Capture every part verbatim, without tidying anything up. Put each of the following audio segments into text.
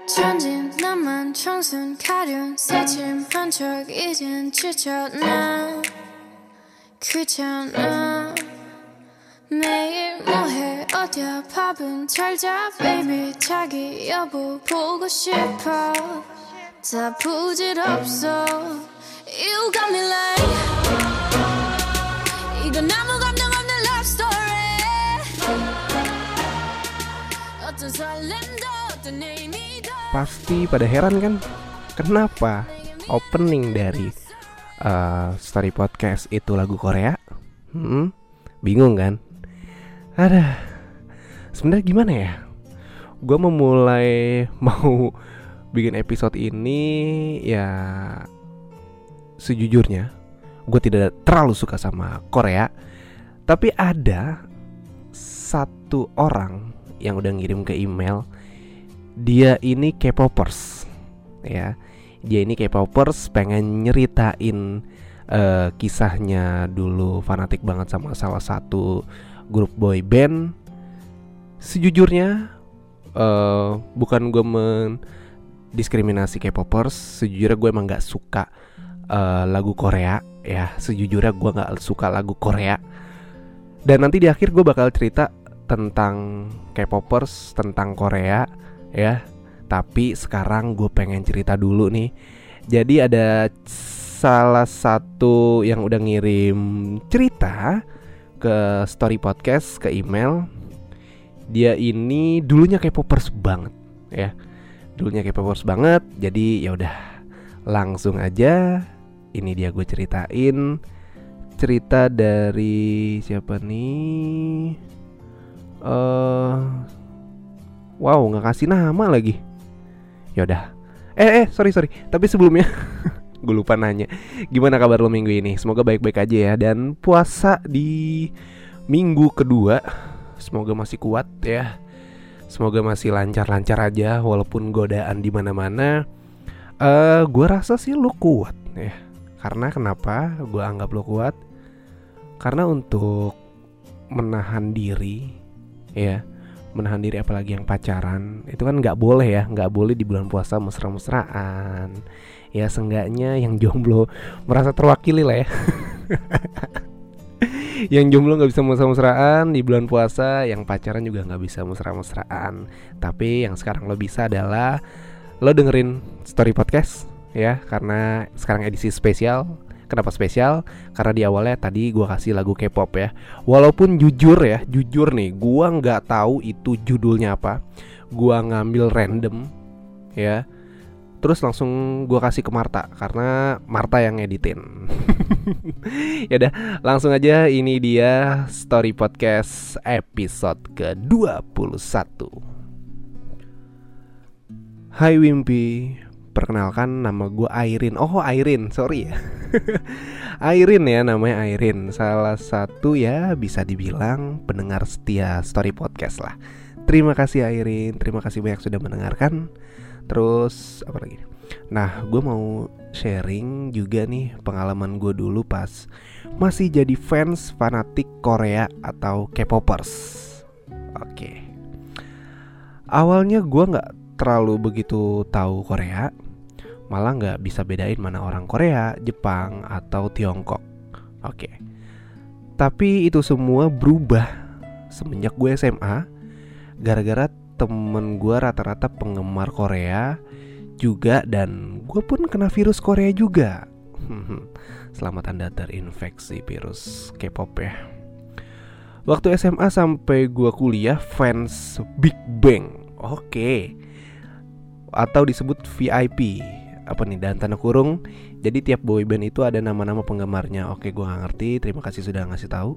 천진 나만 청순 가련 새침한 척 이젠 지쳤나 귀찮아 매일 뭐해 어디야 밥은 잘자 baby 자기 여보 보고 싶어 다 부질없어 You got me like 이건 아무 감정 없는 love story 어떤 설렘도 어떤 의미도 Pasti pada heran kan, kenapa opening dari uh, Story Podcast itu lagu Korea? Hmm, bingung kan? Ada. Sebenarnya gimana ya? Gue memulai mau bikin episode ini ya sejujurnya gue tidak terlalu suka sama Korea. Tapi ada satu orang yang udah ngirim ke email. Dia ini K-popers, ya. Dia ini K-popers pengen nyeritain uh, kisahnya dulu fanatik banget sama salah satu grup boy band. Sejujurnya uh, bukan gue mendiskriminasi K-popers. Sejujurnya gue emang gak suka uh, lagu Korea, ya. Sejujurnya gue gak suka lagu Korea. Dan nanti di akhir gue bakal cerita tentang K-popers, tentang Korea, ya. Tapi sekarang gue pengen cerita dulu nih. Jadi ada salah satu yang udah ngirim cerita ke Story Podcast, ke email. Dia ini dulunya K-popers banget, ya. Dulunya K-popers banget. Jadi ya udah, langsung aja. Ini dia gue ceritain. Cerita dari siapa nih? Eh uh, Wow, nggak kasih nama lagi. Yaudah. Eh, eh, sorry, sorry. Tapi sebelumnya, gue lupa nanya. Gimana kabar lo minggu ini? Semoga baik-baik aja ya. Dan puasa di minggu kedua, semoga masih kuat ya. Semoga masih lancar-lancar aja, walaupun godaan di mana-mana. Uh, gue rasa sih lo kuat ya. Karena kenapa? Gue anggap lo kuat. Karena untuk menahan diri, ya. Menahan diri apalagi yang pacaran itu kan nggak boleh ya, nggak boleh di bulan puasa mesra-mesraan. Ya seenggaknya yang jomblo merasa terwakili lah ya. Yang jomblo nggak bisa mesra-mesraan di bulan puasa, yang pacaran juga nggak bisa mesra-mesraan. Tapi yang sekarang lo bisa adalah lo dengerin Story Podcast ya, karena sekarang edisi spesial. Kenapa spesial? Karena di awalnya tadi gue kasih lagu K-pop ya. Walaupun jujur ya, jujur nih, gue nggak tahu itu judulnya apa. Gue ngambil random ya. Terus langsung gue kasih ke Marta, karena Marta yang ngeditin. Yaudah, langsung aja. Ini dia Story Podcast episode ke dua puluh satu. Hai Wimpy, perkenalkan nama gue Airin. Oh Airin, sorry ya. Airin ya, namanya Airin. Salah satu ya bisa dibilang pendengar setia Story Podcast lah. Terima kasih Airin, terima kasih banyak sudah mendengarkan. Terus apa lagi? Nah, gue mau sharing juga nih pengalaman gue dulu pas masih jadi fans fanatik Korea atau K-popers. Oke. Awalnya gue gak terlalu begitu tahu Korea. Malah gak bisa bedain mana orang Korea, Jepang, atau Tiongkok. Oke. Tapi itu semua berubah semenjak gue S M A. Gara-gara temen gue rata-rata penggemar Korea juga. Dan gue pun kena virus Korea juga. Selamat Anda terinfeksi virus K-pop ya. Waktu S M A sampai gue kuliah fans Big Bang. Oke. Atau disebut V I P. Apa nih, dan tanda kurung. Jadi tiap boyband itu ada nama-nama penggemarnya. Oke, gue gak ngerti. Terima kasih sudah ngasih tahu.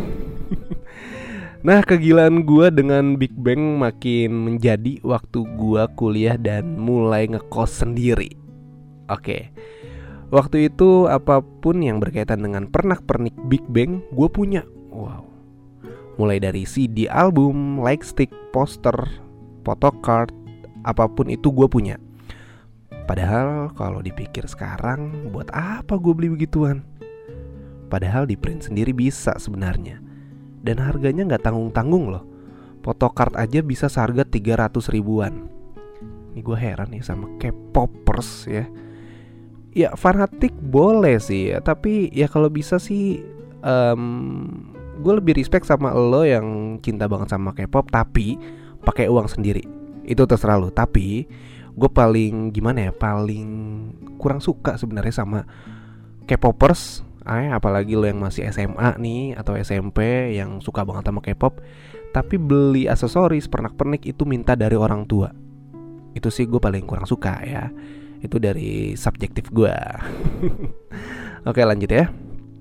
Nah, kegilaan gue dengan Big Bang makin menjadi waktu gue kuliah dan mulai ngekos sendiri. Oke. Waktu itu apapun yang berkaitan dengan pernak-pernik Big Bang gue punya. Wow. Mulai dari C D album, light stick, poster, photocard, apapun itu gue punya. Padahal kalau dipikir sekarang, buat apa gue beli begituan? Padahal di print sendiri bisa sebenarnya. Dan harganya gak tanggung-tanggung loh. Photocard aja bisa seharga tiga ratus ribuan. Ini gue heran nih sama K-popers ya. Ya fanatik boleh sih ya, tapi ya kalau bisa sih um, gue lebih respect sama lo yang cinta banget sama K-pop tapi pakai uang sendiri. Itu terserah lo. Tapi gue paling gimana ya, paling kurang suka sebenarnya sama K-popers. Eh, apalagi lo yang masih S M A nih atau S M P yang suka banget sama K-pop tapi beli aksesoris pernak-pernik itu minta dari orang tua. Itu sih gue paling kurang suka ya. Itu dari subjektif gue. Oke lanjut ya.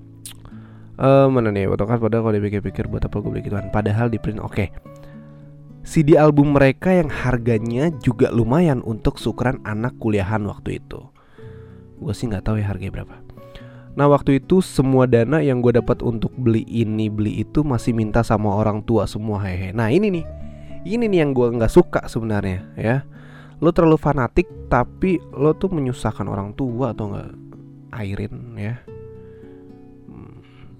uh, Mana nih, potongkan padahal kalau dipikir-pikir buat apa gue beli gituan. Padahal di print oke okay. C D album mereka yang harganya juga lumayan untuk ukuran anak kuliahan waktu itu. Gue sih gak tahu ya harganya berapa. Nah waktu itu semua dana yang gue dapat untuk beli ini beli itu masih minta sama orang tua semua hehe. Nah ini nih, ini nih yang gue gak suka sebenarnya ya. Lo terlalu fanatik tapi lo tuh menyusahkan orang tua atau gak airin ya. hmm.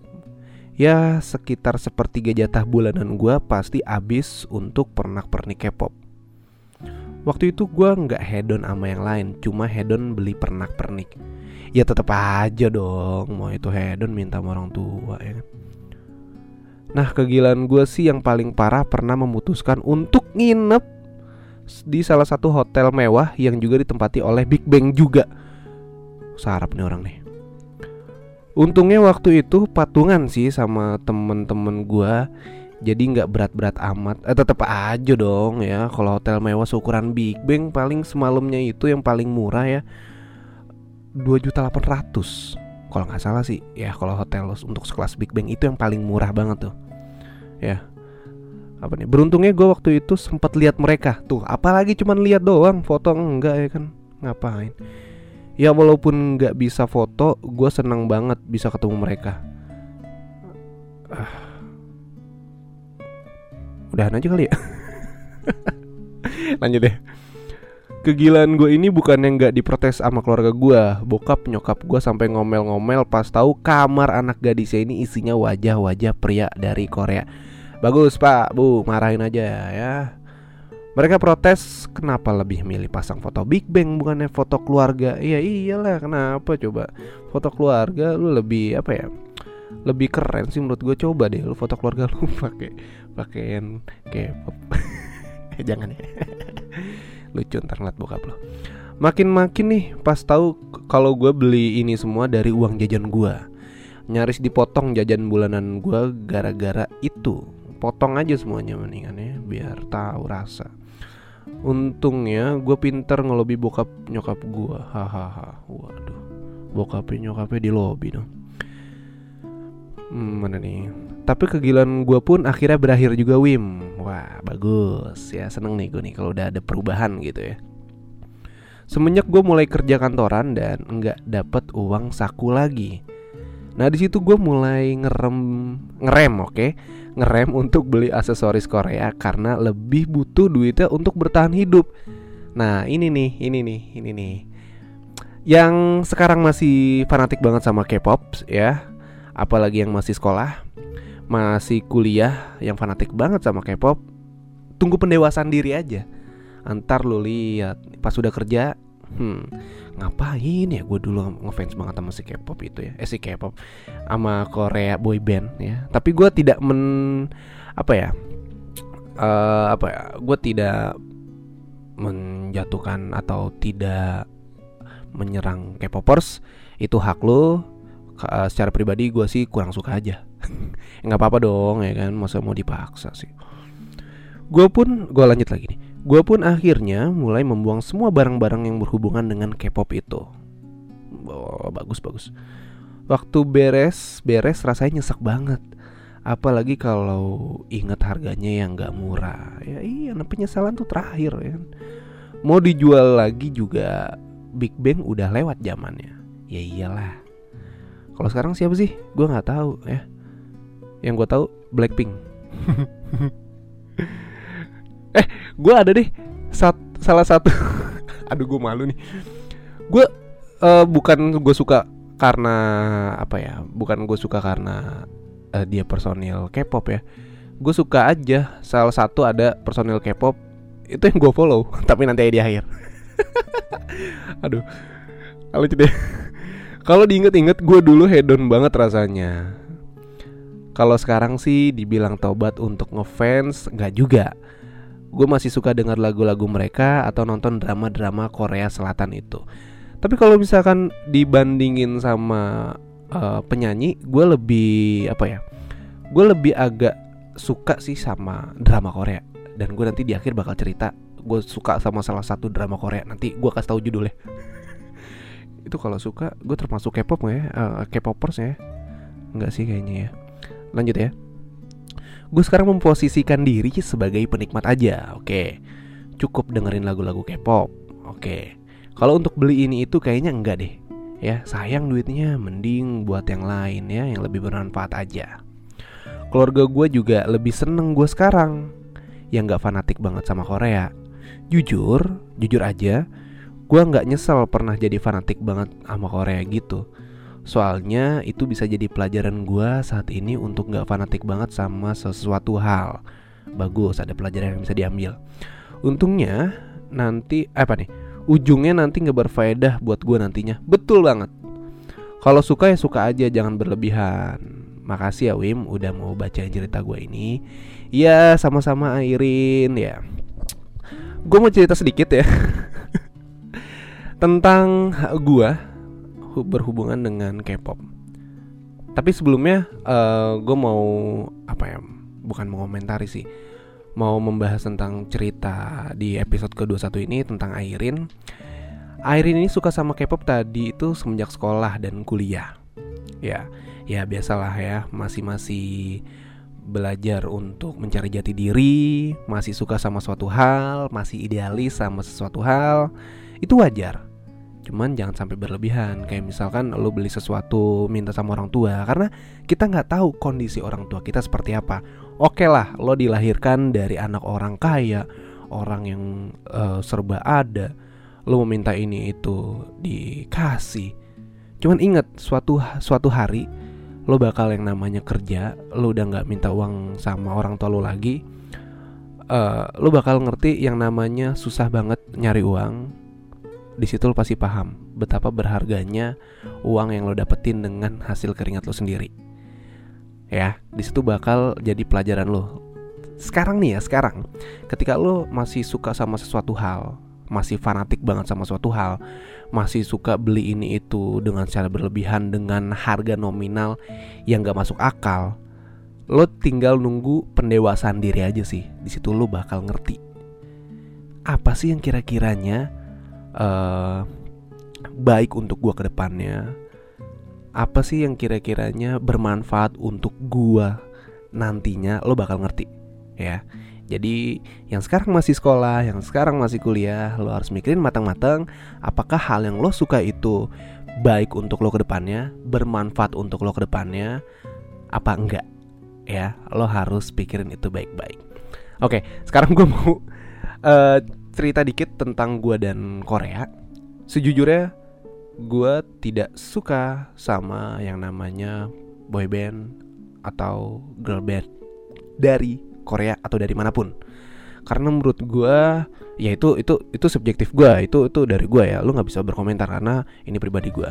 Ya sekitar sepertiga jatah bulanan gue pasti habis untuk pernak-pernik K-pop. Waktu itu gue gak hedon sama yang lain, cuma hedon beli pernak-pernik. Ya tetap aja dong, mau itu hedon minta sama orang tua ya. Nah kegilaan gue sih yang paling parah pernah memutuskan untuk nginep di salah satu hotel mewah yang juga ditempati oleh Big Bang juga. Sarap nih orang nih. Untungnya waktu itu patungan sih sama temen-temen gue, jadi gak berat-berat amat. Eh tetep aja dong ya, kalau hotel mewah seukuran Big Bang paling semalamnya itu yang paling murah ya dua juta delapan ratus kalau gak salah sih. Ya kalau hotel untuk sekelas Big Bang itu yang paling murah banget tuh ya. Apa nih, beruntungnya gue waktu itu sempat lihat mereka tuh, apalagi cuman lihat doang, foto enggak ya kan, ngapain. Ya walaupun nggak bisa foto, gue senang banget bisa ketemu mereka. ah. Udahan aja kali ya. Lanjut deh. Kegilaan gue ini bukan yang gak diprotes sama keluarga gue. Bokap nyokap gue sampai ngomel-ngomel pas tahu kamar anak gadisnya ini isinya wajah-wajah pria dari Korea. Bagus pak, bu, marahin aja ya. Mereka protes kenapa lebih milih pasang foto Big Bang bukannya foto keluarga. Iya iyalah, kenapa coba foto keluarga lu lebih apa ya, lebih keren sih menurut gue. Coba deh lu foto keluarga lu pakai pakaian K-pop. Jangan ya. Lucu ntar ngeliat bokap lo. Makin-makin nih pas tahu kalau gue beli ini semua dari uang jajan gue. Nyaris dipotong jajan bulanan gue gara-gara itu. Potong aja semuanya mendingan ya, biar tahu rasa. Untungnya gue pinter ngelobi bokap nyokap gue. Hahaha. Waduh, bokapnya nyokapnya di lobi dong. Hmm, mana nih. Tapi kegilaan gue pun akhirnya berakhir juga, Wim. Wah bagus ya, seneng nih gue nih kalau udah ada perubahan gitu ya. Semenjak gue mulai kerja kantoran dan nggak dapet uang saku lagi. Nah di situ gue mulai ngerem ngerem oke okay? ngerem untuk beli aksesoris Korea karena lebih butuh duitnya untuk bertahan hidup. Nah ini nih, ini nih, ini nih. Yang sekarang masih fanatik banget sama K-pop ya, apalagi yang masih sekolah, masih kuliah, yang fanatik banget sama K-pop, tunggu pendewasaan diri aja. Antar lu lihat pas udah kerja, hmm, ngapain ya gue dulu ngefans banget sama si K-pop itu ya, eh si K-pop sama Korea boy band ya. Tapi gue tidak men apa ya, uh, apa ya, gue tidak menjatuhkan atau tidak menyerang K-popers, itu hak lo. Uh, secara pribadi gue sih kurang suka aja. Nggak apa-apa dong ya kan, masa mau dipaksa sih. Gue pun, gue lanjut lagi nih. Gue pun akhirnya mulai membuang semua barang-barang yang berhubungan dengan K-pop itu. Oh, bagus-bagus. Waktu beres-beres rasanya nyesek banget. Apalagi kalau ingat harganya yang gak murah. Ya iya, penyesalan tuh terakhir ya. Mau dijual lagi juga Big Bang udah lewat zamannya. Ya iyalah. Kalau sekarang siapa sih? Gue gak tahu ya. Yang gue tahu Blackpink. Eh, gue ada deh sat, salah satu. Aduh, gue malu nih. Gue uh, bukan gue suka karena apa ya? Bukan gue suka karena uh, dia personil K-pop ya. Gue suka aja. Salah satu ada personil K-pop itu yang gue follow. Tapi nanti di akhir. Aduh, kalau tidak, kalau diinget-inget gue dulu hedon banget rasanya. Kalau sekarang sih dibilang tobat untuk ngefans, nggak juga. Gue masih suka dengar lagu-lagu mereka atau nonton drama-drama Korea Selatan itu. Tapi kalau misalkan dibandingin sama uh, penyanyi, gue lebih apa ya? Gue lebih agak suka sih sama drama Korea. Dan gue nanti di akhir bakal cerita gue suka sama salah satu drama Korea. Nanti gue kasih tahu judulnya. Itu kalau suka, gue termasuk K-pop nggak ya? Uh, K-popers ya? Enggak sih kayaknya ya. Lanjut ya. Gue sekarang memposisikan diri sebagai penikmat aja. Oke, cukup dengerin lagu-lagu K-pop. Oke, kalau untuk beli ini itu kayaknya enggak deh. Ya, sayang duitnya, mending buat yang lain ya, yang lebih bermanfaat aja. Keluarga gue juga lebih seneng gue sekarang, yang gak fanatik banget sama Korea. Jujur, jujur aja, gue gak nyesel pernah jadi fanatik banget sama Korea gitu. Soalnya itu bisa jadi pelajaran gue saat ini untuk gak fanatik banget sama sesuatu hal. Bagus, ada pelajaran yang bisa diambil. Untungnya nanti apa nih? Ujungnya nanti gak berfaedah buat gue nantinya. Betul banget. Kalau suka ya suka aja, jangan berlebihan. Makasih ya Wim udah mau bacain cerita gue ini. Ya sama-sama Airin ya. Gue mau cerita sedikit ya tentang gue berhubungan dengan K-pop. Tapi sebelumnya uh, gue mau apa ya? Bukan mau komentari sih, mau membahas tentang cerita di episode ke dua puluh satu ini tentang Airin. Airin ini suka sama K-pop tadi itu semenjak sekolah dan kuliah. Ya, ya biasalah ya, masih-masih belajar untuk mencari jati diri, masih suka sama suatu hal, masih idealis sama sesuatu hal. Itu wajar. Cuman jangan sampai berlebihan. Kayak misalkan lo beli sesuatu minta sama orang tua, karena kita gak tahu kondisi orang tua kita seperti apa. Oke lah, lo dilahirkan dari anak orang kaya, orang yang uh, serba ada, lo meminta ini itu dikasih. Cuman ingat, suatu suatu hari lo bakal yang namanya kerja. Lo udah gak minta uang sama orang tua lo lagi. uh, Lo bakal ngerti yang namanya susah banget nyari uang. Di situ lo pasti paham betapa berharganya uang yang lo dapetin dengan hasil keringat lo sendiri. Ya, di situ bakal jadi pelajaran lo. Sekarang nih ya, sekarang ketika lo masih suka sama sesuatu hal, masih fanatik banget sama suatu hal, masih suka beli ini itu dengan cara berlebihan, dengan harga nominal yang gak masuk akal, lo tinggal nunggu pendewasaan diri aja sih. Di situ lo bakal ngerti apa sih yang kira-kiranya Uh, baik untuk gue ke depannya. Apa sih yang kira-kiranya bermanfaat untuk gue nantinya. Lo bakal ngerti ya. Jadi yang sekarang masih sekolah, yang sekarang masih kuliah, lo harus mikirin matang-matang apakah hal yang lo suka itu baik untuk lo ke depannya, bermanfaat untuk lo ke depannya, apa enggak. Ya, lo harus pikirin itu baik-baik. Oke, sekarang gue mau uh, cerita dikit tentang gue dan Korea. Sejujurnya gue tidak suka sama yang namanya boyband atau girl band dari Korea atau dari manapun. Karena menurut gue ya itu itu itu subjektif gue, itu itu dari gue ya. Lu nggak bisa berkomentar karena ini pribadi gue.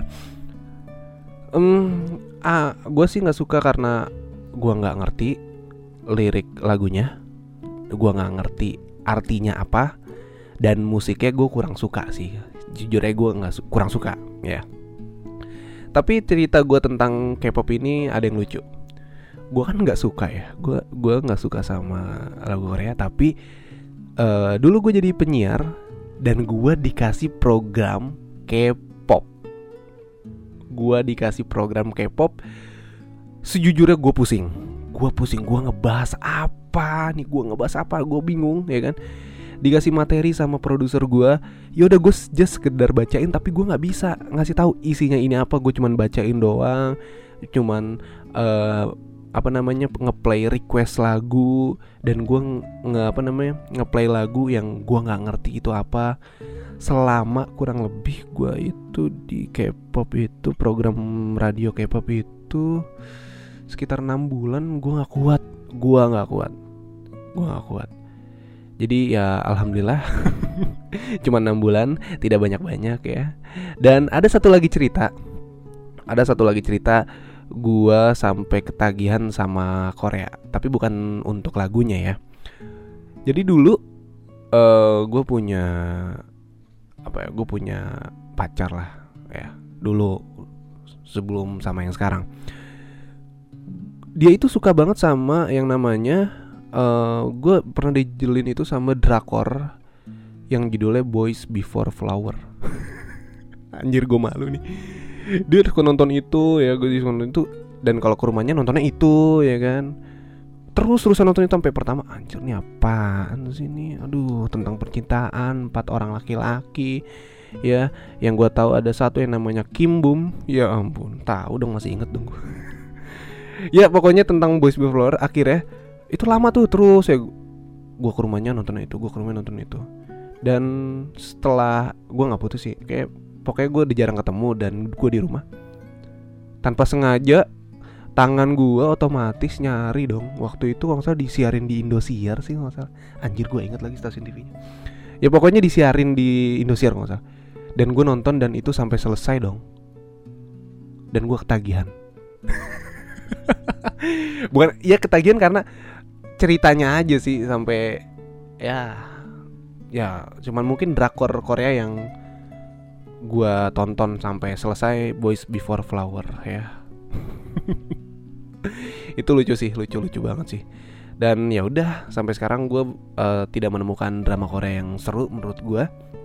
Um, ah, gue sih nggak suka karena gue nggak ngerti lirik lagunya, gue nggak ngerti artinya apa. Dan musiknya gue kurang suka sih. Jujur aja gue gak su- kurang suka ya. Tapi cerita gue tentang K-pop ini ada yang lucu. Gue kan gak suka ya. Gue gue gak suka sama lagu Korea. Tapi uh, dulu gue jadi penyiar dan gue dikasih program K-pop. Gue dikasih program K-pop. Sejujurnya gue pusing. Gue pusing, gue ngebahas apa nih. Gue ngebahas apa, gue bingung ya kan. Dikasih materi sama produser gue, yaudah gue just sekedar bacain, tapi gue nggak bisa ngasih tahu isinya ini apa. Gue cuman bacain doang, cuman uh, apa namanya ngeplay request lagu, dan gue nge apa namanya ngeplay lagu yang gue nggak ngerti itu apa. Selama kurang lebih gue itu di K-pop itu, program radio K-pop itu sekitar enam bulan. Gue nggak kuat, gue nggak kuat, gue nggak kuat. Jadi ya alhamdulillah Cuma enam bulan, tidak banyak-banyak ya. Dan ada satu lagi cerita. Ada satu lagi cerita gua sampai ketagihan sama Korea, tapi bukan untuk lagunya ya. Jadi dulu uh, gue punya apa ya? Gue punya pacar lah ya. Dulu sebelum sama yang sekarang. Dia itu suka banget sama yang namanya uh, gue pernah dijelin itu sama drakor yang judulnya Boys Before Flower. Anjir gue malu nih. Dia suka nonton itu ya, gue suka nonton itu. Dan kalau ke rumahnya nontonnya itu ya kan. Terus-terusan nonton itu sampai pertama. Anjir nih apaan sih ini? Aduh, tentang percintaan empat orang laki-laki. Ya, yang gue tahu ada satu yang namanya Kim Bum. Ya ampun, tahu dong, masih inget dong. Ya pokoknya tentang Boys Before Flower. Akhirnya itu lama tuh terus ya. Gue ke rumahnya nonton itu, gue ke rumahnya nonton itu. Dan setelah gue nggak putus sih, kayak pokoknya gue udah jarang ketemu dan gue di rumah. Tanpa sengaja tangan gue otomatis nyari dong. Waktu itu kalau nggak salah disiarin di Indosiar sih, nggak salah. Anjir gue inget lagi stasiun T V-nya. Ya pokoknya disiarin di Indosiar nggak salah. Dan gue nonton dan itu sampai selesai dong. Dan gue ketagihan. Bukan, ya ketagihan karena ceritanya aja sih sampai ya, ya cuman mungkin drakor Korea yang gue tonton sampai selesai Boys Before Flower ya. Itu lucu sih, lucu-lucu banget sih. Dan ya udah sampai sekarang gue uh, tidak menemukan drama Korea yang seru menurut gue.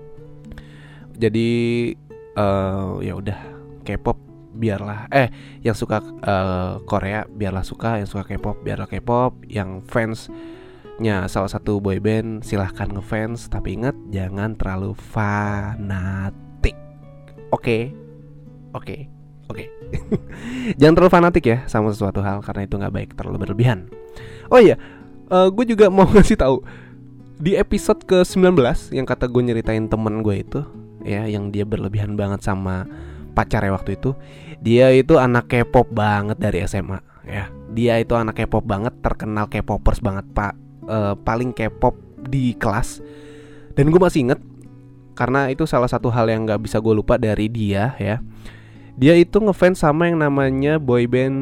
Jadi uh, ya udah K-pop biarlah, eh yang suka uh, Korea biarlah suka, yang suka K-pop biarlah K-pop, yang fansnya salah satu boyband silahkan ngefans, tapi ingat jangan terlalu fanatik. Oke, oke, oke. Jangan terlalu fanatik ya sama sesuatu hal, karena itu nggak baik, terlalu berlebihan. Oh iya, uh, gue juga mau ngasih tahu di episode ke sembilan belas yang kata gue nyeritain temen gue itu, ya, yang dia berlebihan banget sama pacarnya waktu itu. Dia itu anak K-pop banget dari S M A ya. Dia itu anak K-pop banget, terkenal K-popers banget, Pak. Uh, paling K-pop di kelas. Dan gue masih inget karena itu salah satu hal yang gak bisa gue lupa dari dia ya. Dia itu ngefans sama yang namanya boyband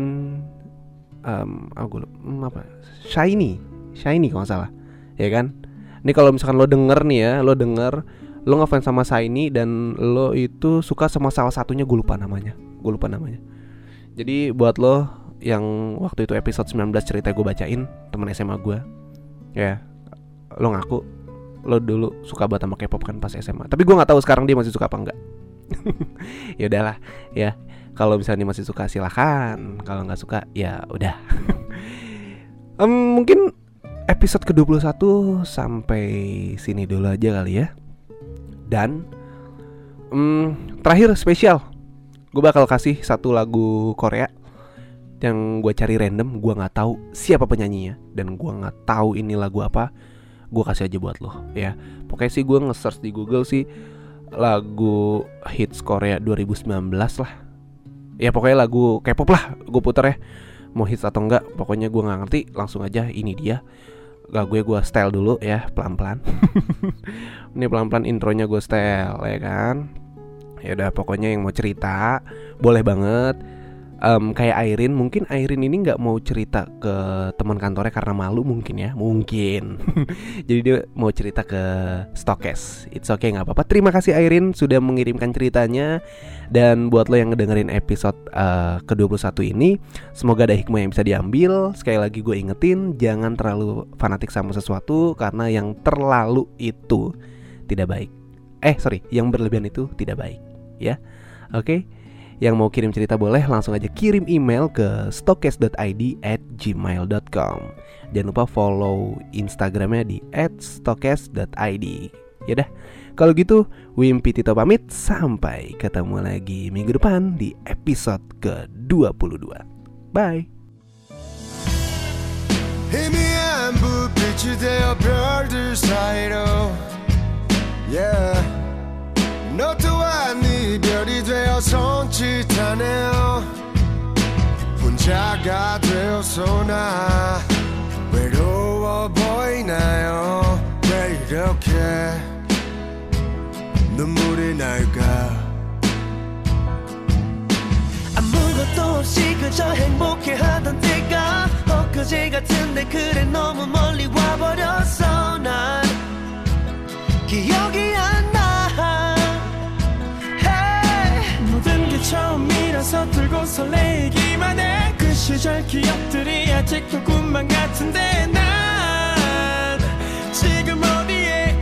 um, oh gue lupa, hmm, apa? Shiny Shiny kalau gak salah, ya kan. Ini kalau misalkan lo denger nih ya, Lo denger lo ngefans sama Shiny dan lo itu suka sama salah satunya, gue lupa namanya. Gue lupa namanya. Jadi buat lo yang waktu itu episode sembilan belas cerita gue bacain, teman S M A gue, ya, lo ngaku lo dulu suka banget sama K-pop kan pas S M A. Tapi gue nggak tahu sekarang dia masih suka apa enggak. Ya udahlah ya. Kalau misalnya masih suka silakan. Kalau nggak suka ya udah. um, Mungkin episode ke dua puluh satu sampai sini dulu aja kali ya. Dan um, terakhir spesial, gue bakal kasih satu lagu Korea yang gue cari random. Gue gak tahu siapa penyanyinya dan gue gak tahu ini lagu apa. Gue kasih aja buat lo ya. Pokoknya sih gue nge-search di Google sih lagu hits Korea dua ribu sembilan belas lah. Ya pokoknya lagu K-pop lah gue puter ya. Mau hits atau enggak, pokoknya gue gak ngerti. Langsung aja ini dia lagu gue, gue style dulu ya, pelan-pelan. Ini pelan-pelan intronya gue style ya kan. Ya udah pokoknya yang mau cerita boleh banget. Um, kayak Airin, mungkin Airin ini nggak mau cerita ke teman kantornya karena malu mungkin ya, mungkin. Jadi dia mau cerita ke Stokes. It's okay, nggak apa-apa. Terima kasih Airin sudah mengirimkan ceritanya. Dan buat lo yang ngedengerin episode uh, ke dua puluh satu ini, semoga ada hikmah yang bisa diambil. Sekali lagi gue ingetin, jangan terlalu fanatik sama sesuatu, karena yang terlalu itu tidak baik. Eh sorry, yang berlebihan itu tidak baik. Ya, oke. Okay? Yang mau kirim cerita boleh langsung aja kirim email ke stokes dot i d at gmail dot com. Jangan lupa follow Instagramnya di at stokes dot i d. Yaudah, kalau gitu Wimpi Tito pamit. Sampai ketemu lagi minggu depan di episode ke dua puluh dua. Bye. Yeah. 너 또한 이별이 되어 손짓하네요. 혼자가 되어서 나 외로워 보이나요? 왜 이렇게 눈물이 날까 아무것도 없이 그저 행복해하던 때가 엊그제 같은데 그래 너무 멀리 와버렸어 난 기억이 안나 hey. 모든 게 처음이라서 들고 설레이기만 해 그 시절 기억들이 아직도 꿈만 같은데 난 지금 어디에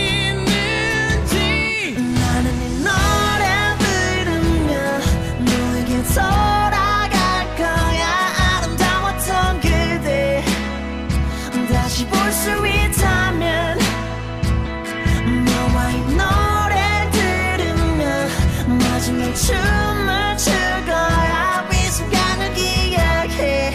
있는지 나는 이 노래 들으며 너에게 돌아갈 거야 아름다웠던 그대 다시 볼 수 있다면 너와 이 노래 들으며 마지막 춤을 출 거야 이 순간을 기억해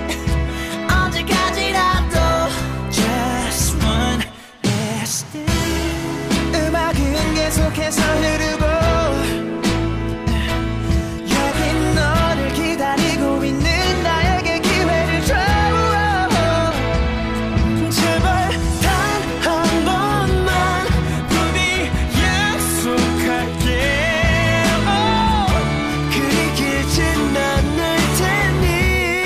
언제까지라도 Just one last day 음악은 계속해서 흐르고 여긴 너를 기다리고 있는 나에게 기회를 줘 제발 단 한 번만 부디 약속할게 oh. 그리 길진 않을 테니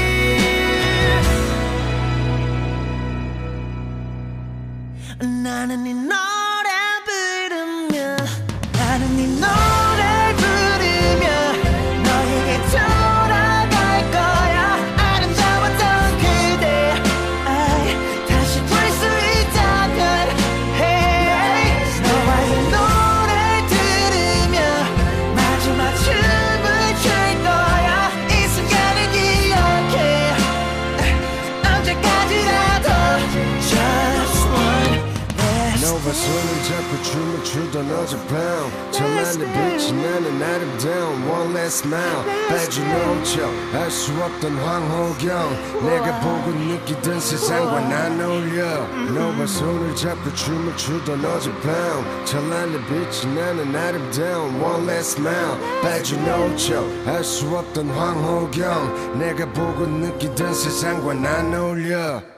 나는 이 노래 부르며 나는 이 노래 부르며 너에게 돌아갈 거야 아름다웠던 그대 아이, 다시 볼 수 있다면 hey. 너와 이 노래 들으며 마지막 춤을 출 거야 이 순간을 기억해 언제까지라도 Just one last 너와 손을 잡고 춤을 추던 어젯밤 찬란한 빛이 나는 아름다운 one last smile 빠진 오죠 알 수 없던 황홀경 내가 보고 느끼던 세상과 난 어울려 너와 손을 잡고 춤을 추던 어젯밤 찬란한 빛이 나는 아름다운 one last smile 빠진 오죠 알 수 없던 황홀경 내가 보고 느끼던 세상과 난 어울려